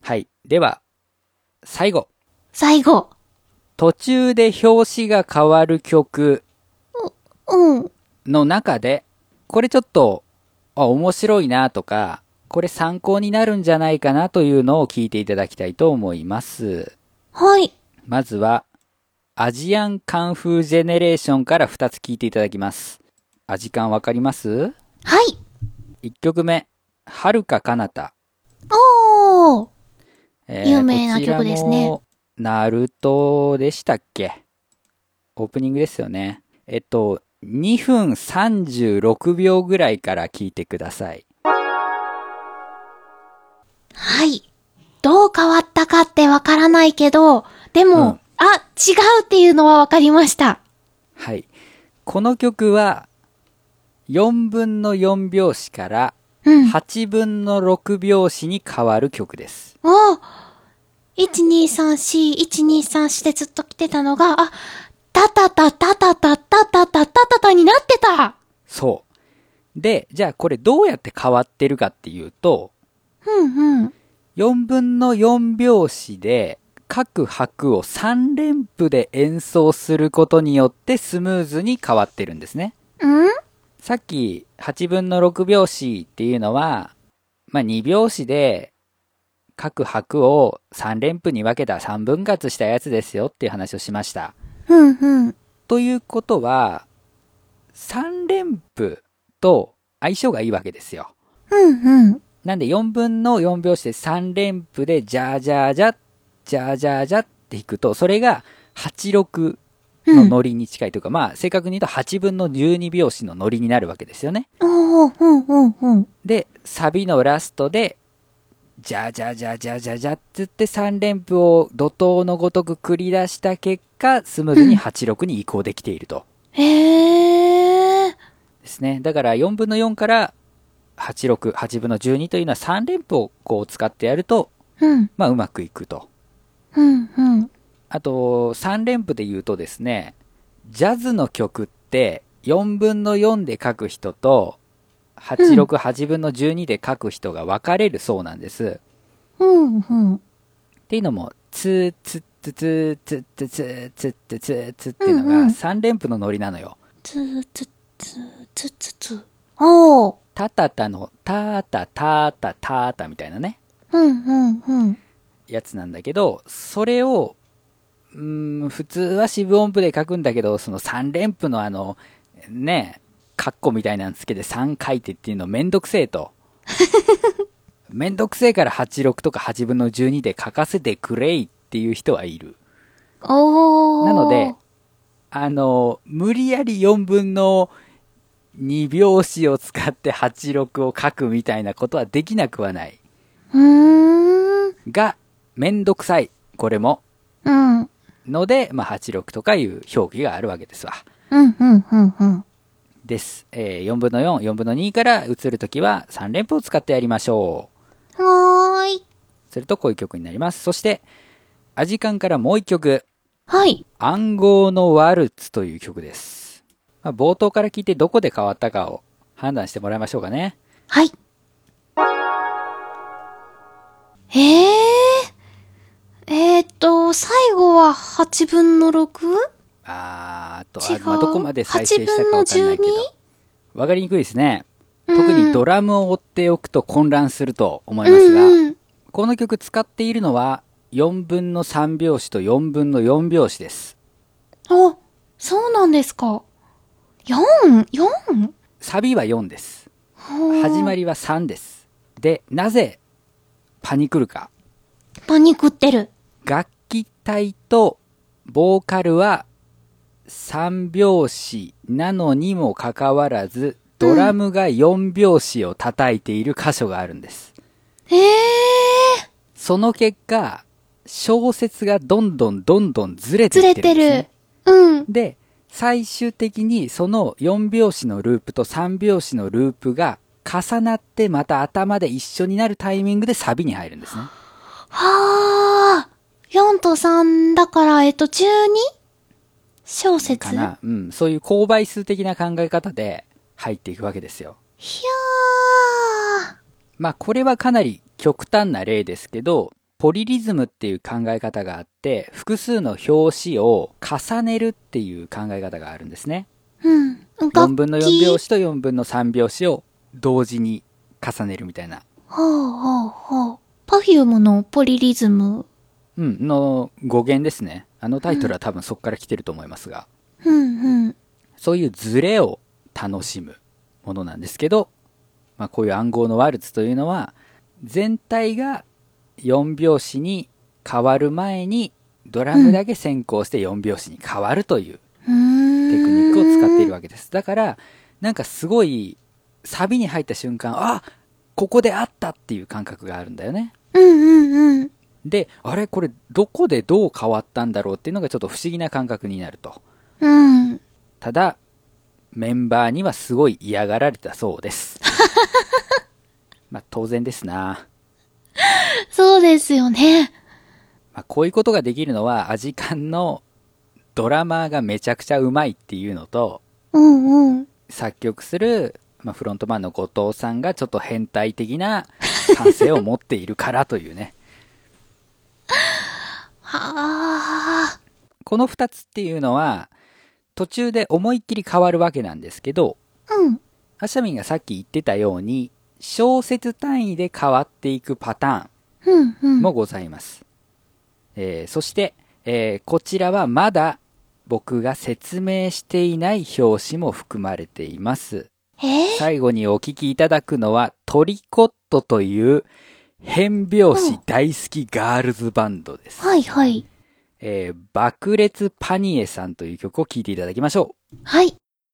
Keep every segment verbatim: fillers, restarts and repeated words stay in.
はい。では、最後。 最後。 途中で表紙が変わる曲うん。 の中で、これちょっと、あ、面白いなとか、これ参考になるんじゃないかなというのを聞いていただきたいと思います。 はい。 まずは、アジアンカンフージェネレーションからふたつ聞いていただきます。アジカンわかります？ はい。 いっきょくめ、はるか彼方。 おー。 えー、 有名な曲ですね。 こちらも、ナルトでしたっけ？オープニングですよね。えっと、にふんさんじゅうろくびょうぐらいから聞いてください。 はい。どう変わったかってわからないけど、でも、うん、あ、違うっていうのはわかりました。 はい。この曲は、よんぶんのよんびょうしからはちぶんのろくびょうしに変わる曲です。 うん、おいちにさんし、いちにさんしでずっと来てたのが、あ、タタタタタタタタタタタタになってた。 そう。で、じゃあこれどうやって変わってるかっていうと、 うんうん。 よんぶんのよんびょうしで各拍をさんれんぷで演奏することによってスムーズに変わってるんですね。 うん？ さっきはちぶんのろくびょうしっていうのは、まあにびょうしで各拍をさんれんぷに分けたさんぶん割したやつですよっていう話をしました。 うんうん。 ということは、さんれんぷと相性がいいわけですよ。 うんうん。 なんでよんぶんのよんびょうしでさんれんぷでジャージャージャ、ジャージャージャって弾くと、それがはちろくのノリに近いというか、うん、まあ正確に言うとはちぶんのじゅうにびょうしのノリになるわけですよね。 おー、うんうんうん。 で、サビのラストで、ジャージャージャージャージャージャーって言ってさんれんぷを怒涛のごとく繰り出した結果、スムーズにはちろくに移行できていると。 うん、へー。 ですね。だからよんぶんのよんからはちろく、はちぶんのじゅうにというのはさんれんぷをこう使ってやると、うん、まあうまくいくと。 うんうん。 あと、さんれんぷで言うとですね、ジャズの曲ってよんぶんのよんで書く人と、はちろく、はちぶんのじゅうにで書く人が分かれるそうなんです。 うんうん。 っていうのも、ツーツッツツツツツツツツツっていうのがさんれんぷのノリなのよ。 ツーツツツツツ。おー。 タタタのタータタータタータみたいなね。 うんうんうん。 やつなんだけど、それを、うーん、普通は四分音符で書くんだけど、そのさんれんぷのあの、ね、カッコみたいなんつけてさん書いてっていうのめんどくせえと。めんどくせえからはちろくとかはちぶんのじゅうにで書かせてくれいっていう人はいる。 おー。 なので、あの、無理やりよんぶんのにびょうしを使ってはちろくを書くみたいなことはできなくはない。 うーん。 が、めんどくさい。これも。 うん。 ので、まあ、はちろくとかいう表記があるわけですわ。 うんうんうんうん。 です。えー、よんぶんのよん、よんぶんのにから移るときはさんれんぷを使ってやりましょう。はーい。 するとこういう曲になります。そして、アジカンからもう一曲。 はい。 暗号のワルツという曲です。まあ、冒頭から聞いてどこで変わったかを判断してもらいましょうかね。 はい。えー。えー、っと、最後ははちぶんのろく？ あーあと違う、 まあ、どこまで再生したかわかんないけど。 はちぶんのじゅうに？ わかりにくいですね。特にドラムを追っておくと混乱すると思いますが、うんうん、この曲使っているのはよんぶんのさんびょうしとよんぶんのよんびょうしです。 あ、そうなんですか。よん？ よん？ サビはよんです。始まりはさんです。で、なぜパニクるか。 パニクってる。 楽器隊とボーカルはさんびょうしなのにもかかわらず、ドラムがよんびょうしを叩いている箇所があるんです。 へ、うん、えー。 その結果、小節がどんどんどんどんずれていってるんですね。ずれてる。うん。 で、最終的にそのよんびょうしのループとさんびょうしのループが重なってまた頭で一緒になるタイミングでサビに入るんですね。 はあ。よんとさんだから、えっと、じゅうに？ 小節かな。うん。そういう勾配数的な考え方で入っていくわけですよ。 ひゃー。 まあ、これはかなり極端な例ですけど、 ポリリズムっていう考え方があって、複数の表紙を重ねるっていう考え方があるんですね。 うん。 よんぶんのよん拍子とよんぶんのさん拍子を同時に重ねるみたいな。 ほうほうほう。パフュームのポリリズム。 うん、の語源ですね。あのタイトルは多分そこから来てると思いますが。 うんうん。 そういうズレを楽しむものなんですけど、まあこういう暗号のワルツというのは、全体がよん拍子に変わる前にドラムだけ先行してよん拍子に変わるというテクニックを使っているわけです。だからなんかすごいサビに入った瞬間、あ、ここであったっていう感覚があるんだよね。 うんうんうん。 で、あれこれどこでどう変わったんだろうっていうのがちょっと不思議な感覚になると。 うん。 ただメンバーにはすごい嫌がられたそうです。まあ当然ですな。 そうですよね。 まあ、こういうことができるのはアジカンのドラマーがめちゃくちゃうまいっていうのと、 うんうん。 作曲する、まあ、フロントマンの後藤さんがちょっと変態的な感性を持っているからというね。 はあ。 この二つっていうのは途中で思いっきり変わるわけなんですけど、 うん。 アシャミンがさっき言ってたように小節単位で変わっていくパタうんうん。 ーンもございます。えーそして、えーこちらはまだ僕が説明していない表紙も含まれています。 えー、 最後にお聞きいただくのはトリコットという変拍子大好きガールズバンドです。 はいはい。 えー爆裂パニエさんという曲を聴いていただきましょはい。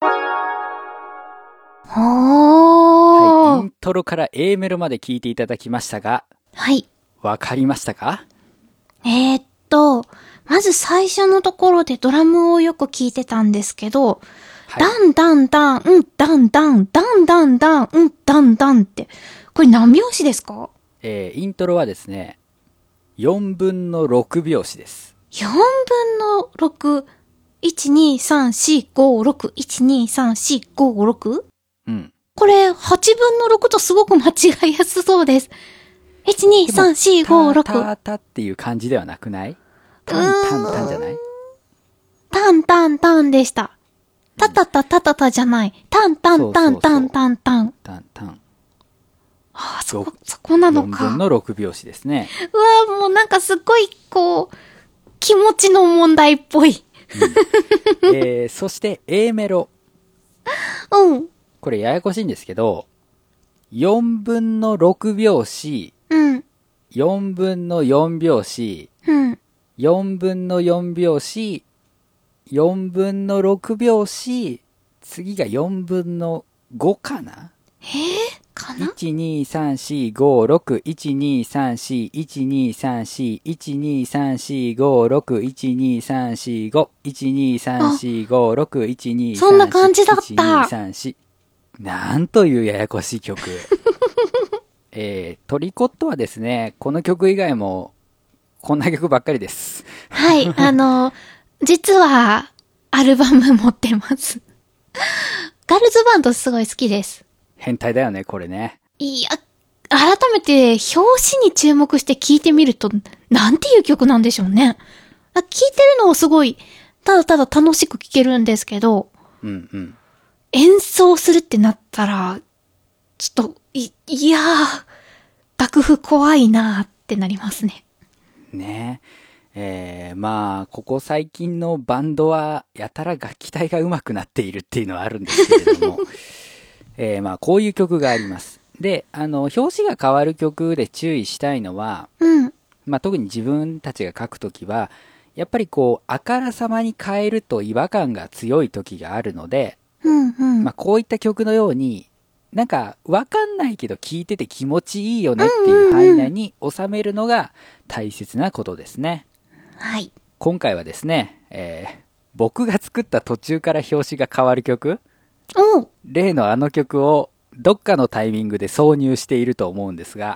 う。はい、イおー。 ントロから A メロまで聴いていただきましたが、 はい。 わかりましたか？ えー、っと、まず最初のところでドラムをよく聞いてたんですけど、 はいダンダンダン、うん、ダンダン、ダンダンダン、うん、ダンダンって。これ何拍子ですか？ えーイントロはですね、よんぶんのろく拍子です。 よんぶんのろく。いち、に、さん、し、ご、ろく。いち、に、さん、し、ご、ろく? うん。 これ、はちぶんのろくとすごく間違いやすそうです。いち、に、さん、し、ご、ろく。 ターターっていう感じではなくない？タンタンタンじゃない？ タンタンタンでした。タタタタタタじゃない。タンタンタンタンタンタン。 タンタン。 ああ、そこ、そこなのよんぶか。 んのろく拍子ですね。 うわもうなんかすっごい、こう、気持ちの問題っぽい。 えー、そして A メロ。 うん。 これややこしいんですけど、よんぶんのろく拍子、 うん。 よんぶんのよん拍子、 うん。 よんぶんのよん拍子、よんぶんのろく拍子、次がよんぶんのごかな？ えー、かな？ いち、に、さん、し、ご、ろく、いち、に、さん、し、いち、に、さん、し、いち、に、さん、し、ご、ろく、いち、に、さん、し、ご、いち、に、さん、し、ご、ろく、いち、に、さん、 そんな感じだったいち、に、さん、し。なんというややこしい曲。えー、トリコットはですね、この曲以外も、こんな曲ばっかりです。 はい、あの、実は、アルバム持ってます。ガールズバンドすごい好きです。 変態だよね、これね。 いや、改めて表紙に注目して聴いてみると、なんていう曲なんでしょうね。聴いてるのはすごい、ただただ楽しく聴けるんですけど、 うんうん。 演奏するってなったら、ちょっと、い、いやー、楽譜怖いなーってなりますね。 ねえ。えー、まあ、ここ最近のバンドは、やたら楽器隊が上手くなっているっていうのはあるんですけれども、えー、まあ、こういう曲があります。で、あの、表紙が変わる曲で注意したいのは、 うん。 まあ、特に自分たちが書くときは、やっぱりこう、あからさまに変えると違和感が強い時があるので、 うんうん。 まあ、こういった曲のように、なんか、わかんないけど聴いてて気持ちいいよねっていう範囲内に収めるのが大切なことですね。 はい。 今回はですね、えー、僕が作った途中から表紙が変わる曲、 おう。 例のあの曲をどっかのタイミングで挿入していると思うんですが、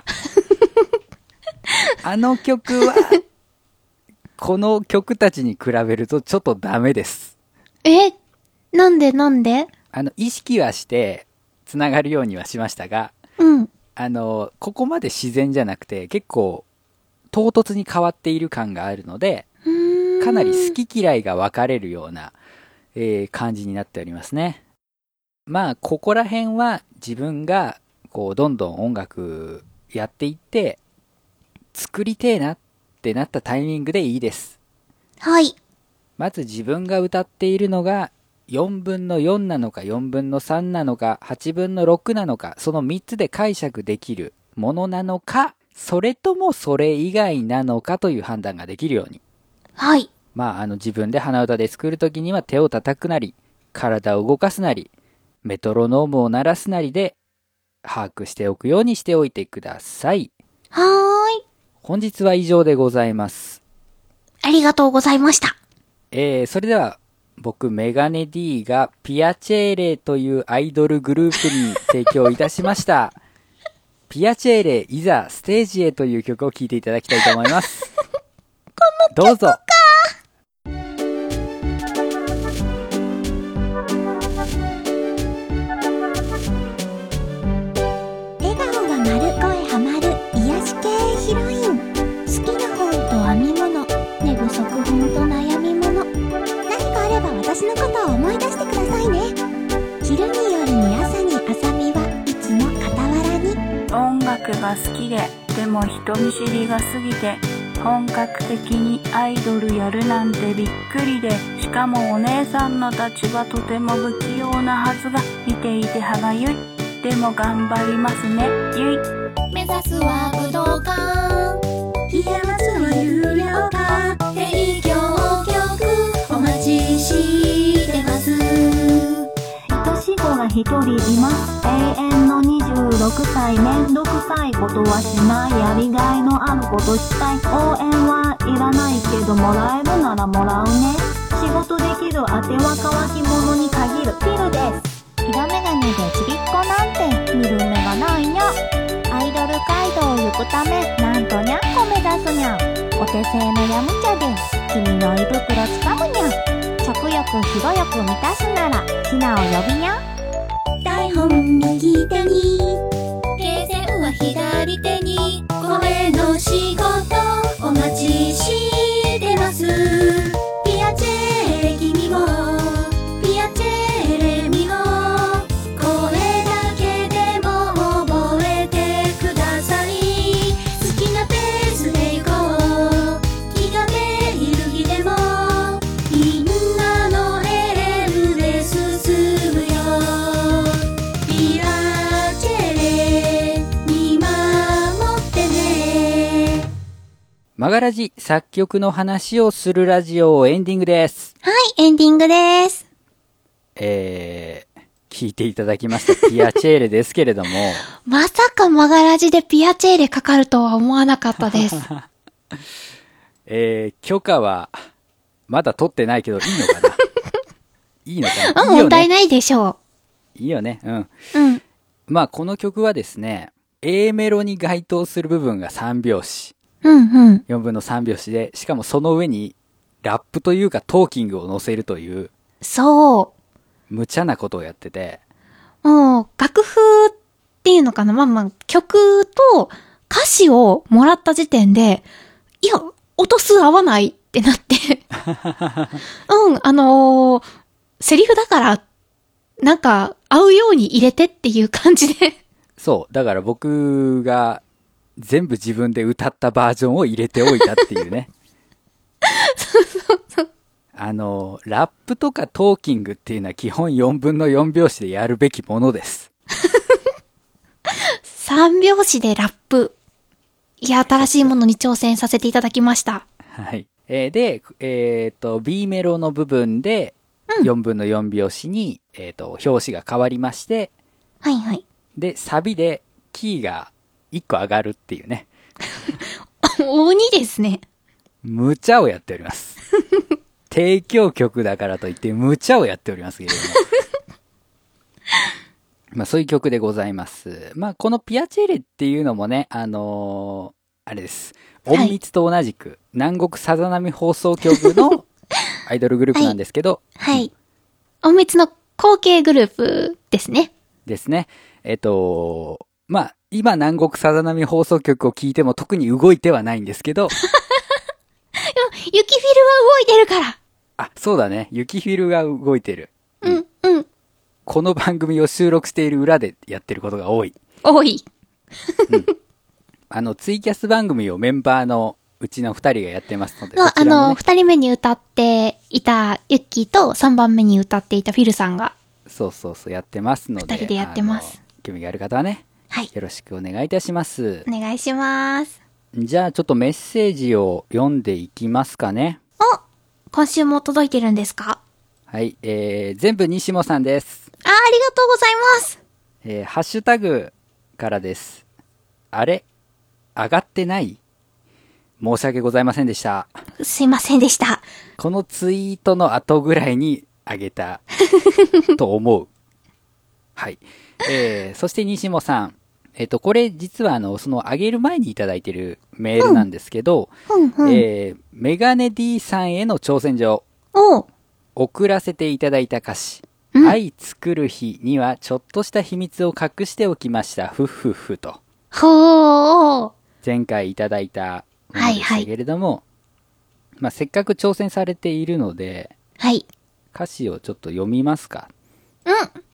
あの曲は、この曲たちに比べるとちょっとダメです。 え、なんでなんで？ あの、意識はしてつながるようにはしましたが、 うん。 あの、ここまで自然じゃなくて結構唐突に変わっている感があるので、かなり好き嫌いが分かれるような、えー、感じになっておりますね。まあ、ここら辺は自分が、こう、どんどん音楽やっていって、作りてえなってなったタイミングでいいです。 はい。 まず自分が歌っているのが、よんぶんのよんなのか、よんぶんのさんなのか、はちぶんのろくなのか、そのみっつで解釈できるものなのか、それともそれ以外なのかという判断ができるように。 はい。 まあ、あの自分で鼻歌で作るときには手を叩くなり、体を動かすなり、メトロノームを鳴らすなりで把握しておくようにしておいてください。 はーい。 本日は以上でございます。 ありがとうございました。 えー、それでは僕メガネ D がピアチェーレというアイドルグループに提供いたしました。ピアチェーレいざステージへという曲を聴いていただきたいと思います。 この曲か。 どうぞ。 笑顔が丸声ハマる癒し系ヒロイン。好きな本と編み物、寝不足本と悩み物。何かあれば私のことを思い出してくださいね。昼に夜に朝に朝みはいつも傍らに。 音楽が好きで、でも人見知りが過ぎて、本格的にアイドルやるなんてびっくりで、しかもお姉さんの立場とても不器用なはずが、見ていて歯がゆい。でも頑張りますね、ゆい。 目指すは武道館、冷や松の有料化、提供曲お待ちしてます。 愛し子が一人います。永遠のにじゅうろくさい。めんどくさいことはしない。やりがいのあることしたい。応援はいらないけどもらえるならもらうね。仕事できるあては乾き物に限る。ピルです。 色眼鏡でちびっこなんて見る目がないにゃ。アイドル街道を行くためなんとにゃんこ目指すにゃ。お手製のヤムチャで君の胃袋つかむにゃ。食欲ひど欲満たすならひなを呼びにゃ。台本右手に経線は左手に、声の仕事お待ちしてます。ピアチェーレ君もピアチェーレミも、声だけでも覚えてください。好きなペースで行こう、気がめいる日でもみんなのエールで進むよ。ピアチェーレ見守ってね。 マガラジ作曲の話をするラジオエンディングです。 はい、エンディングです。 えー、聞いていただきましたピアチェーレですけれども。 まさかマガラジでピアチェーレかかるとは思わなかったです。 えー、許可はまだ取ってないけどいいのかな。いいのかな。 うん、問題ないでしょいいよね。うん。 う。うん。 まあこの曲はですね、A メロに該当する部分がさんびょうし。 うんうん。 よんぶんのさんびょうしで、しかもその上にラップというかトーキングを乗せるという、 そう。 無茶なことをやってて。 もう、楽譜っていうのかな、まあまあ、曲と歌詞をもらった時点で、いや、音数合わないってなって。うん、あのー、セリフだから、なんか、合うように入れてっていう感じで。 そう。だから僕が全部自分で歌ったバージョンを入れておいたっていうね。 そうそうそう。 あの、ラップとかトーキングっていうのは基本よんぶんのよんびょうしでやるべきものです。 さんびょうしでラップ。いや、新しいものに挑戦させていただきました。 はい。えー、で、えっと、B メロの部分でよんぶんのよんびょうしに、えっと、拍子が変わりまして、 はいはい。 で、サビでキーがいっこ上がるっていうね。 鬼ですね。 無茶をやっております。提供曲だからといって無茶をやっておりますけれども。まあそういう曲でございます。まあこのピアチェーレっていうのもね、あのー、あれです。音密と同じく、はい、南国さざ波放送局のアイドルグループなんですけど。 はい。はい、音密の後継グループですね。 ですね。えっと、まあ今南国さざ波放送局を聞いても特に動いてはないんですけど、 雪フィルは動いてるから。 あ、そうだね。雪フィルが動いてる。 うん、うん。 この番組を収録している裏でやってることが多い。 多い。 うん、あの、ツイキャス番組をメンバーのうちの二人がやってますので、 そう、 そちらもね、 あの、二人目に歌っていたユッキーと三番目に歌っていたフィルさんが。 そうそうそう、やってますので。 二人でやってます。 興味がある方はね、 はい。 よろしくお願いいたします。 お願いします。 じゃあ、ちょっとメッセージを読んでいきますかね。 お、今週も届いてるんですか？ はい、えー、全部西本さんです。 あ、ありがとうございます。 えー、ハッシュタグからです。あれ上がってない？申し訳ございませんでした。 すいませんでした。 このツイートの後ぐらいに上げたと思う。はい。えー、そして西本さん。えっ、と、これ実はあの、その上げる前にいただいてるメールなんですけど、 うんうん、 えー、メガネ D さんへの挑戦状。 おう。 送らせていただいた歌詞。 うん、 愛作る日にはちょっとした秘密を隠しておきました。ふっふっふと。 ほー。 前回いただいたものでしたけれども、はいはい、まあ、せっかく挑戦されているので、 はい。 歌詞をちょっと読みますか。 うん。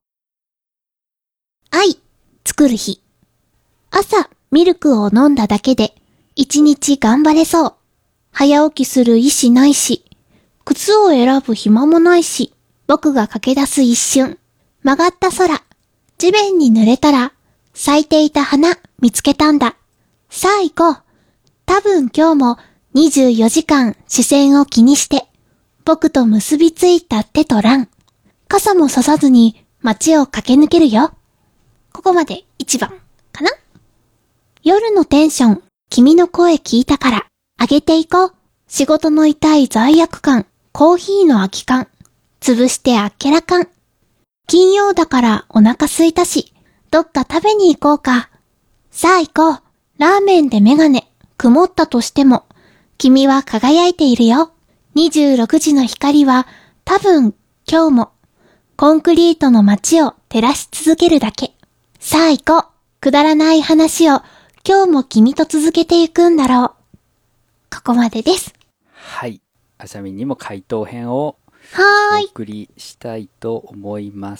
愛、作る日。朝、ミルクを飲んだだけで、一日頑張れそう。早起きする意志ないし、靴を選ぶ暇もないし、僕が駆け出す一瞬。曲がった空、地面に濡れたら、咲いていた花見つけたんだ。さあ行こう。多分今日もにじゅうよじかん視線を気にして、僕と結びついた手とラン。傘もささずに街を駆け抜けるよ。ここまで一番かな？夜のテンション、君の声聞いたから、上げていこう。仕事の痛い罪悪感、コーヒーの空き缶、潰してあっけらかん。金曜だからお腹空いたし、どっか食べに行こうか。さあ行こう。ラーメンでメガネ、曇ったとしても、君は輝いているよ。にじゅうろくじの光は、多分今日も、コンクリートの街を照らし続けるだけ。さあ行こう。くだらない話を、今日も君と続けていくんだろう。ここまでです。 はい。あしゃみんにも回答編をはーい。 お送りしたいと思います。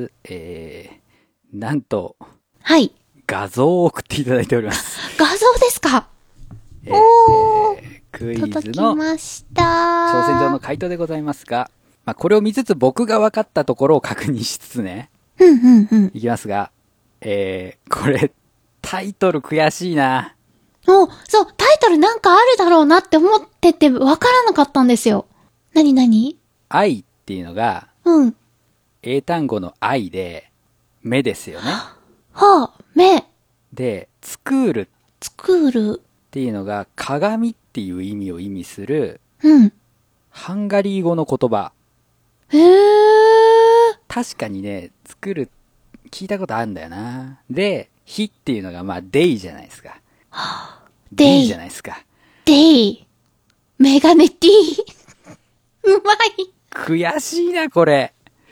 えー、なんと、 はい。 画像を送っていただいております。 画像ですか？ えー、 おー。 えー、クイズ届きのました挑戦状の回答でございますが、まあ、これを見つつ僕が分かったところを確認しつつね、 うんうんうん。 いきますが、えー、これ、タイトル悔しいな。 お、そう、タイトルなんかあるだろうなって思ってて分からなかったんですよ。なになに？ 愛っていうのが、 うん。 英単語の愛で、目ですよね。 はあ、目。 で、作る作る。 っていうのが、鏡っていう意味を意味する、 うん。 ハンガリー語の言葉。 へー。 確かにね、作る、聞いたことあるんだよな。で、日っていうのが、まあ、デイじゃないですか。デイじゃないですか。 デイ。メガネ D。うまい。 悔しいな、これ。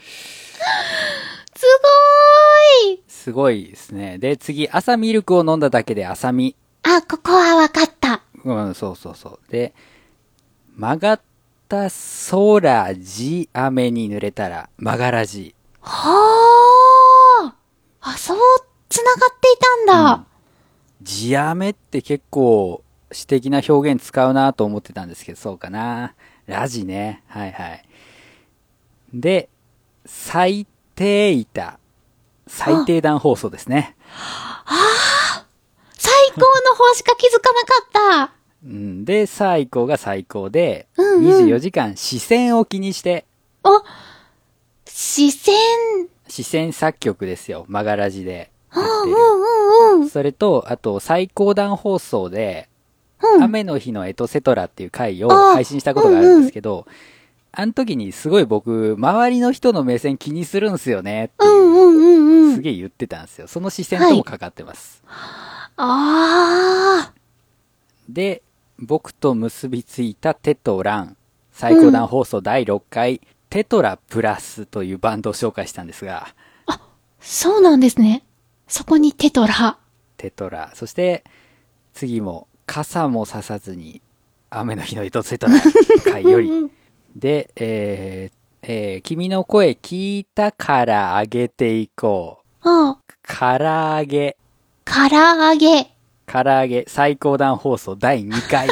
すごーい。 すごいですね。で、次、朝ミルクを飲んだだけで朝み。 あ、ここはわかった。 うん、そうそうそう。で、曲がった空地雨に濡れたら、曲がらじ。 はあ。あ、そう、つながっていたんだ。 うん地雨って結構詩的な表現使うなと思ってたんですけど、そうかな。ラジね。はいはい。で、最低板。最低段放送ですね。 ああ最高の方しか気づかなかった。 うん、で、最高が最高で、 うんうん、 にじゅうよじかん視線を気にして。 お、視線。 視線作曲ですよ。曲がらじで。 うんうんうん。 それと、あと、最高段放送で、 うん、 雨の日のエトセトラっていう回を配信したことがあるんですけど、うんうん、あの時にすごい僕、周りの人の目線気にするんすよねっていう、 うんうんうんうん、 すげえ言ってたんですよ。その視線ともかかってます。 はい、あー。 で、僕と結びついたテトラン、最高段放送だいろっかい、うん、テトラプラスというバンドを紹介したんですが。 あ、そうなんですね。そこにテトラ。 テトラ。そして、次も、傘もささずに、雨の日の糸テトラ回より。で、えーえー、君の声聞いたからあげていこう。 ああ、 唐揚げ。 唐揚げ。 唐揚げ最高段放送だいにかい。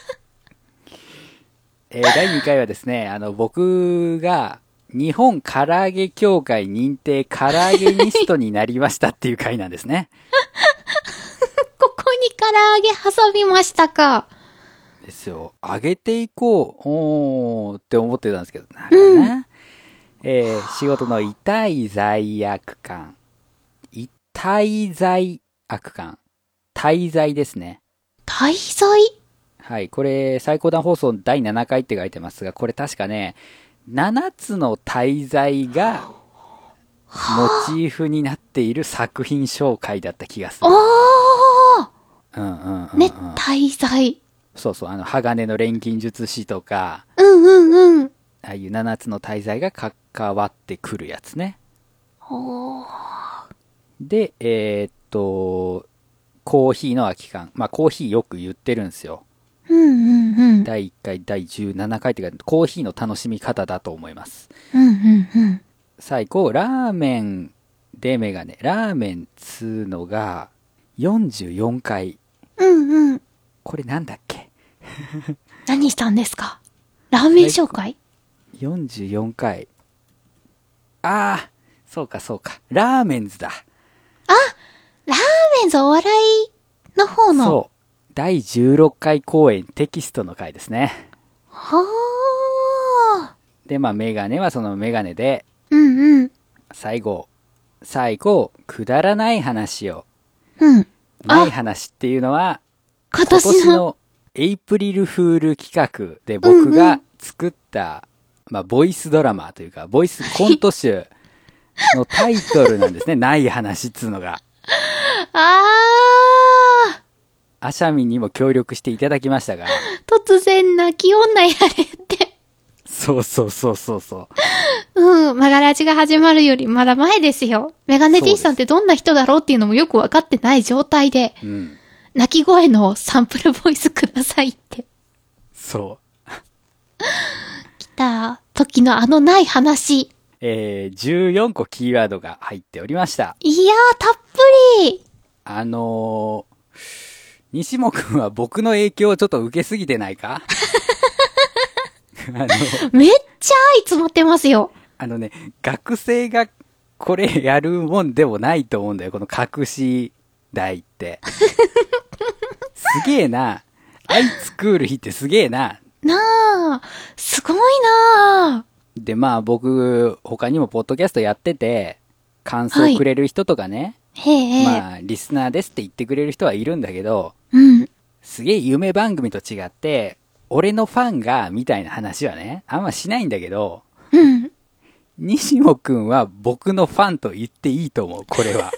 えー、だいにかいはですね、あの、僕が日本唐揚げ協会認定唐揚げニストになりましたっていう回なんですね。 ここに唐揚げ挟みましたか。 ですよ。揚げていこう。おーって思ってたんですけど。なるほどね。うん、えー、仕事の痛い罪悪感。痛い罪悪感。滞在ですね。 滞在？ はい。これ、最高段放送だいななかいって書いてますが、これ確かね、ななつの滞在が、モチーフになっている作品紹介だった気がする。 ああうんうんうん、うん。 ね、滞在。 そうそう、あの、鋼の錬金術師とか、 うんうんうん。 ああいうななつの滞在が関わってくるやつね。 ほー。 で、えー、っと、コーヒーの空き缶。まあ、コーヒーよく言ってるんですよ。 うんうんうん。 だいいっかい、だいじゅうななかいって書いて、コーヒーの楽しみ方だと思います。 うんうんうん。 最後、ラーメンでメガネ。ラーメンつうのがよんじゅうよんかい。 うんうん。 これなんだっけ何したんですか？ラーメン紹介？ よんじゅうよんかい。ああ、そうかそうか。ラーメンズだ。 あ、ラーメンズお笑いの方の。 そう。だいじゅうろっかい公演テキストの回ですね。 はあ。 で、まあメガネはそのメガネで、 うんうん。 最後、最後、くだらない話を。 うん。 ない話っていうのは、 今年の、 今年のエイプリルフール企画で僕が作った、うんうん、まあ、ボイスドラマというか、ボイスコント集のタイトルなんですね。ない話っつうのが。 あー。 アシャミンにも協力していただきましたが。 突然泣き女やれって。 そうそうそうそうそう。 うん、マガラジが始まるよりまだ前ですよ。メガネ D さんってどんな人だろうっていうのもよくわかってない状態で。うん。泣き声のサンプルボイスくださいって。 そう。 来た時のあのない話。 えー、じゅうよんこキーワードが入っておりました。 いやー、たっぷり。 あのー、西本くんは僕の影響をちょっと受けすぎてないかあのめっちゃ愛詰まってますよ。 あのね、学生がこれやるもんでもないと思うんだよ。この隠し台って。すげえな。愛作る日ってすげえな。 なあ、すごいなあ。 で、まあ僕、他にもポッドキャストやってて、感想くれる人とかね。 はい、へえ。 まあ、リスナーですって言ってくれる人はいるんだけど、 うん。 すげえ夢番組と違って、俺のファンが、みたいな話はね、あんましないんだけど、 うん。 西野くんは僕のファンと言っていいと思う、これは。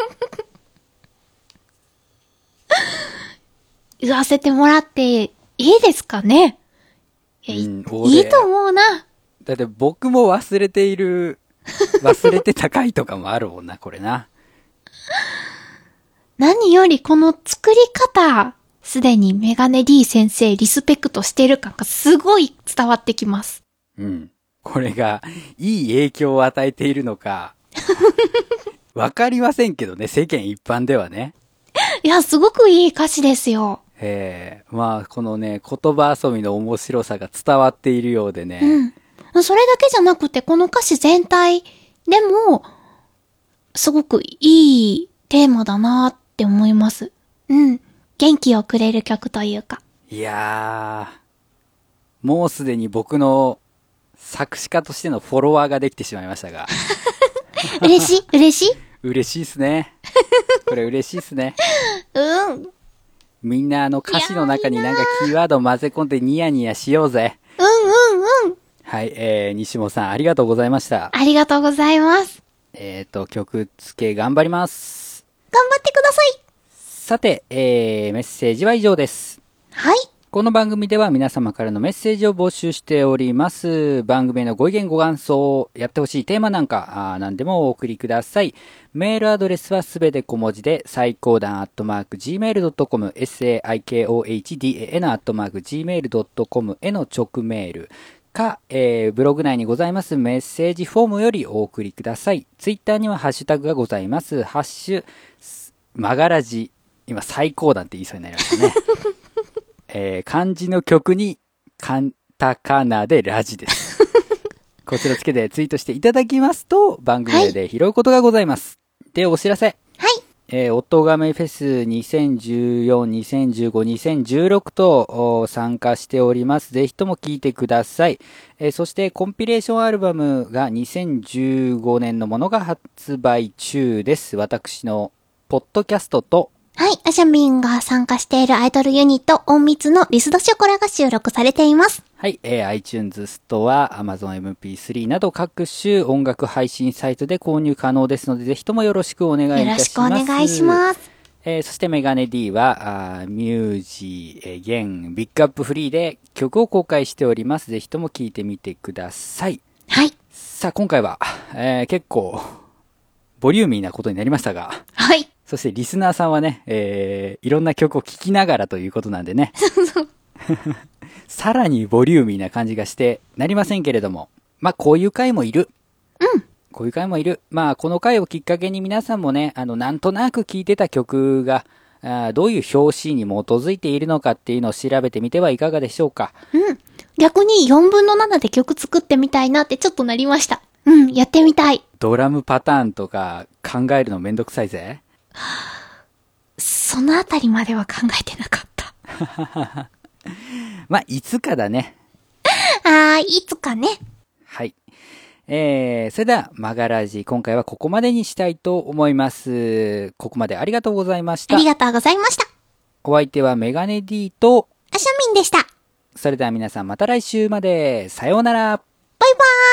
言わせてもらっていいですかね、うん、いいと思うな。 だって僕も忘れている、忘れてた回とかもあるもんな、これな。 何よりこの作り方、すでにメガネ D 先生リスペクトしてる感がすごい伝わってきます。 うん。これがいい影響を与えているのか、わかりませんけどね、世間一般ではね。 いや、すごくいい歌詞ですよ。 ええー、まあ、このね、言葉遊びの面白さが伝わっているようでね。 うん。それだけじゃなくて、この歌詞全体でも、すごくいいテーマだなって思います。うん。元気をくれる曲というか。 いやー、もうすでに僕の作詞家としてのフォロワーができてしまいましたが。 嬉しい嬉しい嬉しいっすね。これ嬉しいっすね。 うん。 みんなあの歌詞の中になんかキーワードを混ぜ込んでニヤニヤしようぜ。 うんうんうん。 はい、えー、西本さんありがとうございました。 ありがとうございます。 えーと、曲付け頑張ります。 頑張ってください。 さて、えー、メッセージは以上です。 はい。 この番組では皆様からのメッセージを募集しております。番組へのご意見ご感想、やってほしいテーマなんか、あ何でもお送りください。メールアドレスはすべて小文字で、最高段アットマーク ジーメールドットコム、saikohdan アットマーク ジーメールドットコム への直メールか、えー、ブログ内にございますメッセージフォームよりお送りください。ツイッターにはハッシュタグがございます。ハッシュ、マガラジ。今、最高段って言いそうになりましたね。えー、漢字の曲にカタカナでラジです。こちらつけてツイートしていただきますと番組で拾うことがございます。はい、で、お知らせ。 はい。 えー、オットガメフェスにせんじゅうよん、にせんじゅうご、にせんじゅうろくと参加しております。ぜひとも聴いてください。えー、そしてコンピレーションアルバムがにせんじゅうごねんのものが発売中です。私のポッドキャストとはい。アシャミンが参加しているアイドルユニット、音密のリスドショコラが収録されています。 はい、えー、iTunes ストア、Amazon エムピースリー など各種音楽配信サイトで購入可能ですので、ぜひともよろしくお願いいたします。 よろしくお願いします。 えー、そしてメガネ D は、あミュージー、えー、ゲン、ビッグアップフリーで曲を公開しております。ぜひとも聴いてみてください。 はい。 さあ、今回は、えー、結構、ボリューミーなことになりましたが、 はい。 そしてリスナーさんはね、えー、いろんな曲を聴きながらということなんでね。さらにボリューミーな感じがしてなりませんけれども。まあ、こういう回もいる。 うん。 こういう回もいる。まあ、この回をきっかけに皆さんもね、あの、なんとなく聴いてた曲が、あどういう表紙に基づいているのかっていうのを調べてみてはいかがでしょうか。 うん。逆によんぶんのななで曲作ってみたいなってちょっとなりました。うん、やってみたい。 ドラムパターンとか考えるのめんどくさいぜ。 そのあたりまでは考えてなかった。 まあ、いつかだね。 あー、いつかね。 はい。えー、それでは、マガラジ、今回はここまでにしたいと思います。ここまでありがとうございました。 ありがとうございました。 お相手はメガネ D と、 アシャミンでした。 それでは皆さんまた来週まで。さようなら。 バイバーイ。